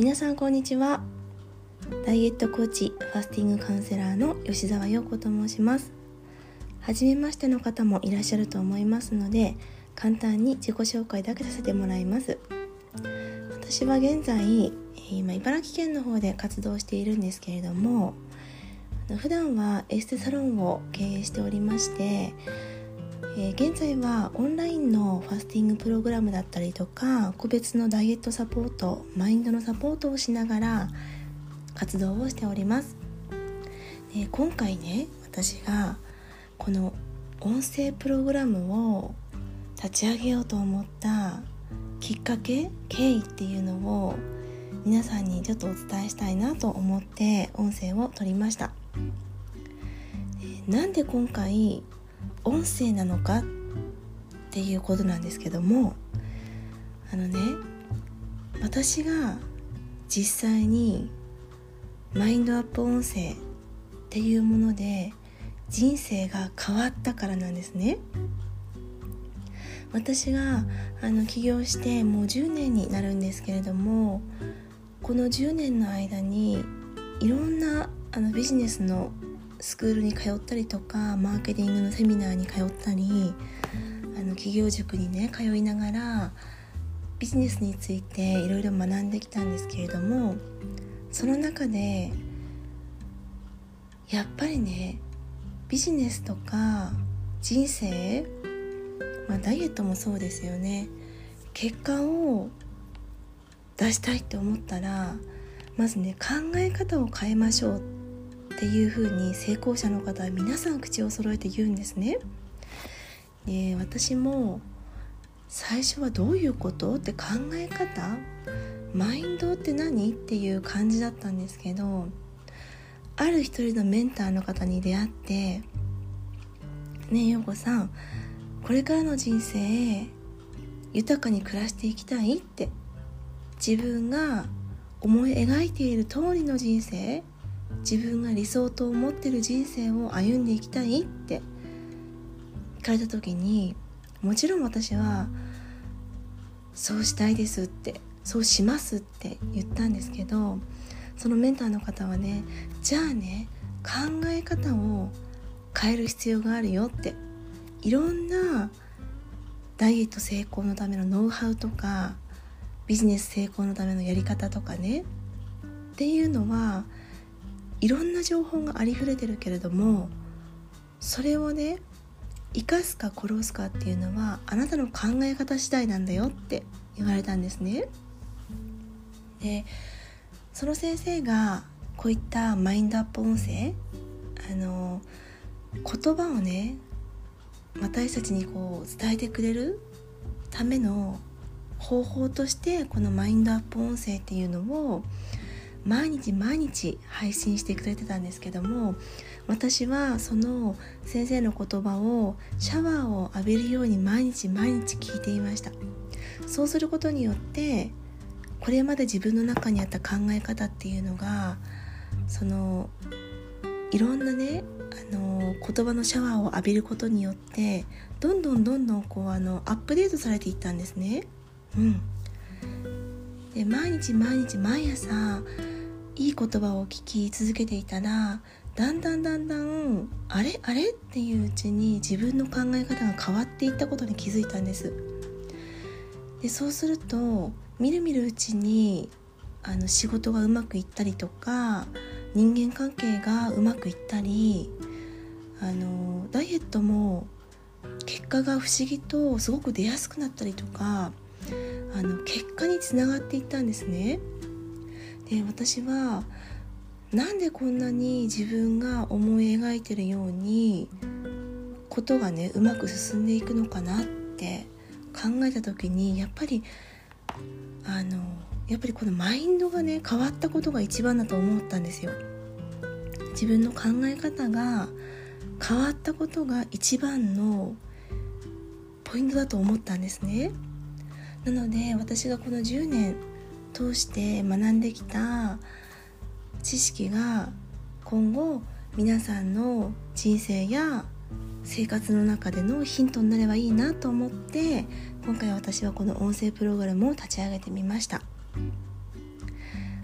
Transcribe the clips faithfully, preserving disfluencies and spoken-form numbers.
皆さんこんにちは。ダイエットコーチ、ファスティングカウンセラーの吉澤陽子と申します。初めましての方もいらっしゃると思いますので、簡単に自己紹介だけさせてもらいます。私は現在今茨城県の方で活動しているんですけれども、普段はエステサロンを経営しておりまして、えー、現在はオンラインのファスティングプログラムだったりとか、個別のダイエットサポート、マインドのサポートをしながら活動をしております。で今回ね、私がこの音声プログラムを立ち上げようと思ったきっかけ、経緯っていうのを皆さんにちょっとお伝えしたいなと思って音声を取りました。なんで今回音声なのかっていうことなんですけども、あのね、私が実際にマインドアップ音声っていうもので人生が変わったからなんですね。私があの起業してもうじゅうねんになるんですけれども、このじゅうねんの間にいろんなあのビジネスのスクールに通ったりとか、マーケティングのセミナーに通ったり、あの企業塾にね通いながらビジネスについていろいろ学んできたんですけれども、その中でやっぱりね、ビジネスとか人生、まあ、ダイエットもそうですよね。結果を出したいって思ったら、まずね、考え方を変えましょうっていうふうに成功者の方は皆さん口を揃えて言うんですね。で、私も最初はどういうことって考え方、マインドって何っていう感じだったんですけど、ある一人のメンターの方に出会って、ねえ陽子さん、これからの人生豊かに暮らしていきたいって、自分が思い描いている通りの人生、自分が理想と思っている人生を歩んでいきたいって聞かれた時に、もちろん私はそうしたいですって、そうしますって言ったんですけど、そのメンターの方はね、じゃあね、考え方を変える必要があるよって、いろんなダイエット成功のためのノウハウとか、ビジネス成功のためのやり方とかねっていうのはいろんな情報がありふれてるけれども、それをね生かすか殺すかっていうのはあなたの考え方次第なんだよって言われたんですね。で、その先生がこういったマインドアップ音声、あの言葉をね私たちにこう伝えてくれるための方法として、このマインドアップ音声っていうのを毎日毎日配信してくれてたんですけども、私はその先生の言葉をシャワーを浴びるように毎日毎日聞いていました。そうすることによって、これまで自分の中にあった考え方っていうのが、そのいろんなねあの言葉のシャワーを浴びることによってどんどんどんどんこうあのアップデートされていったんですね。うん、で毎日毎日毎朝いい言葉を聞き続けていたら、だんだんだんだんあれあれっていううちに自分の考え方が変わっていったことに気づいたんです。でそうするとみるみるうちにあの仕事がうまくいったりとか、人間関係がうまくいったり、あのダイエットも結果が不思議とすごく出やすくなったりとか、あの結果につながっていったんですね。で私はなんでこんなに自分が思い描いてるようにことがねうまく進んでいくのかなって考えた時に、やっぱりあのやっぱりこのマインドがね変わったことが一番だと思ったんですよ。自分の考え方が変わったことが一番のポイントだと思ったんですね。なので私がこのじゅうねん通して学んできた知識が今後皆さんの人生や生活の中でのヒントになればいいなと思って、今回私はこの音声プログラムを立ち上げてみました。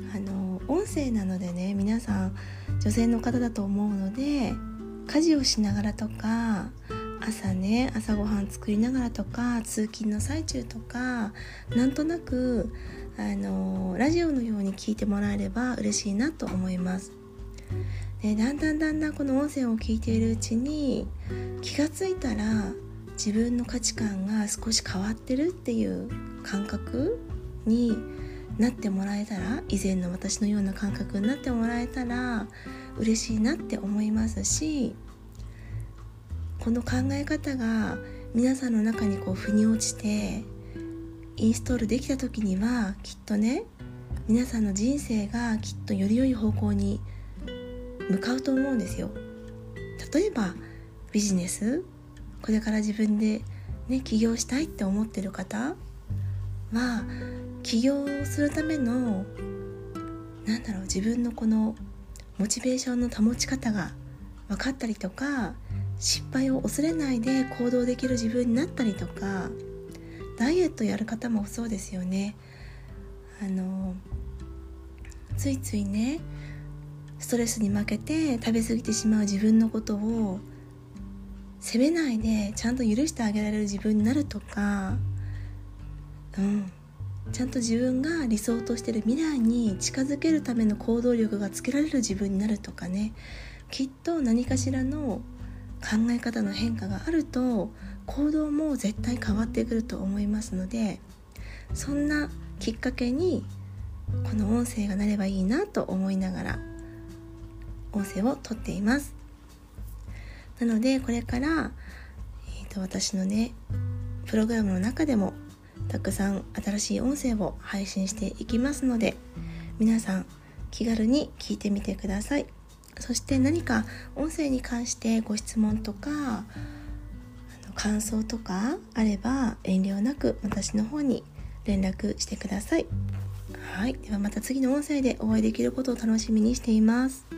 声なのでね、皆さん女性の方だと思うので、家事をしながらとか、朝ね朝ごはん作りながらとか、通勤の最中とか、なんとなくあのラジオのように聞いてもらえれば嬉しいなと思います。で、だんだんだんだんこの音声を聞いているうちに気がついたら自分の価値観が少し変わってるっていう感覚になってもらえたら、以前の私のような感覚になってもらえたら嬉しいなって思いますし、この考え方が皆さんの中にこう腑に落ちてインストールできた時には、きっとね皆さんの人生がきっとより良い方向に向かうと思うんですよ。例えばビジネス、これから自分でね起業したいって思ってる方は、起業するためのなんだろう自分のこのモチベーションの保ち方が分かったりとか、失敗を恐れないで行動できる自分になったりとか、ダイエットやる方もそうですよね。あのついついねストレスに負けて食べ過ぎてしまう自分のことを責めないでちゃんと許してあげられる自分になるとか、うんちゃんと自分が理想としている未来に近づけるための行動力がつけられる自分になるとかね、きっと何かしらの考え方の変化があると行動も絶対変わってくると思いますので、そんなきっかけにこの音声がなればいいなと思いながら音声を撮っています。なのでこれから、えーと、私のねプログラムの中でもたくさん新しい音声を配信していきますので、皆さん気軽に聞いてみてください。そして何か音声に関してご質問とかあの感想とかあれば遠慮なく私の方に連絡してください。はい、ではまた次の音声でお会いできることを楽しみにしています。